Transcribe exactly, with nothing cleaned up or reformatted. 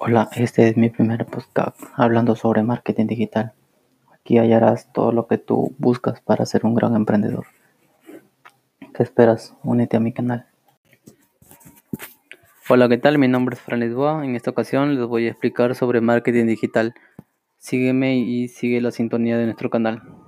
Hola, este es mi primer podcast hablando sobre marketing digital. Aquí hallarás todo lo que tú buscas para ser un gran emprendedor. ¿Qué esperas? Únete a mi canal. Hola, ¿qué tal? Mi nombre es Fran Lisboa. En esta ocasión les voy a explicar sobre marketing digital. Sígueme y sigue la sintonía de nuestro canal.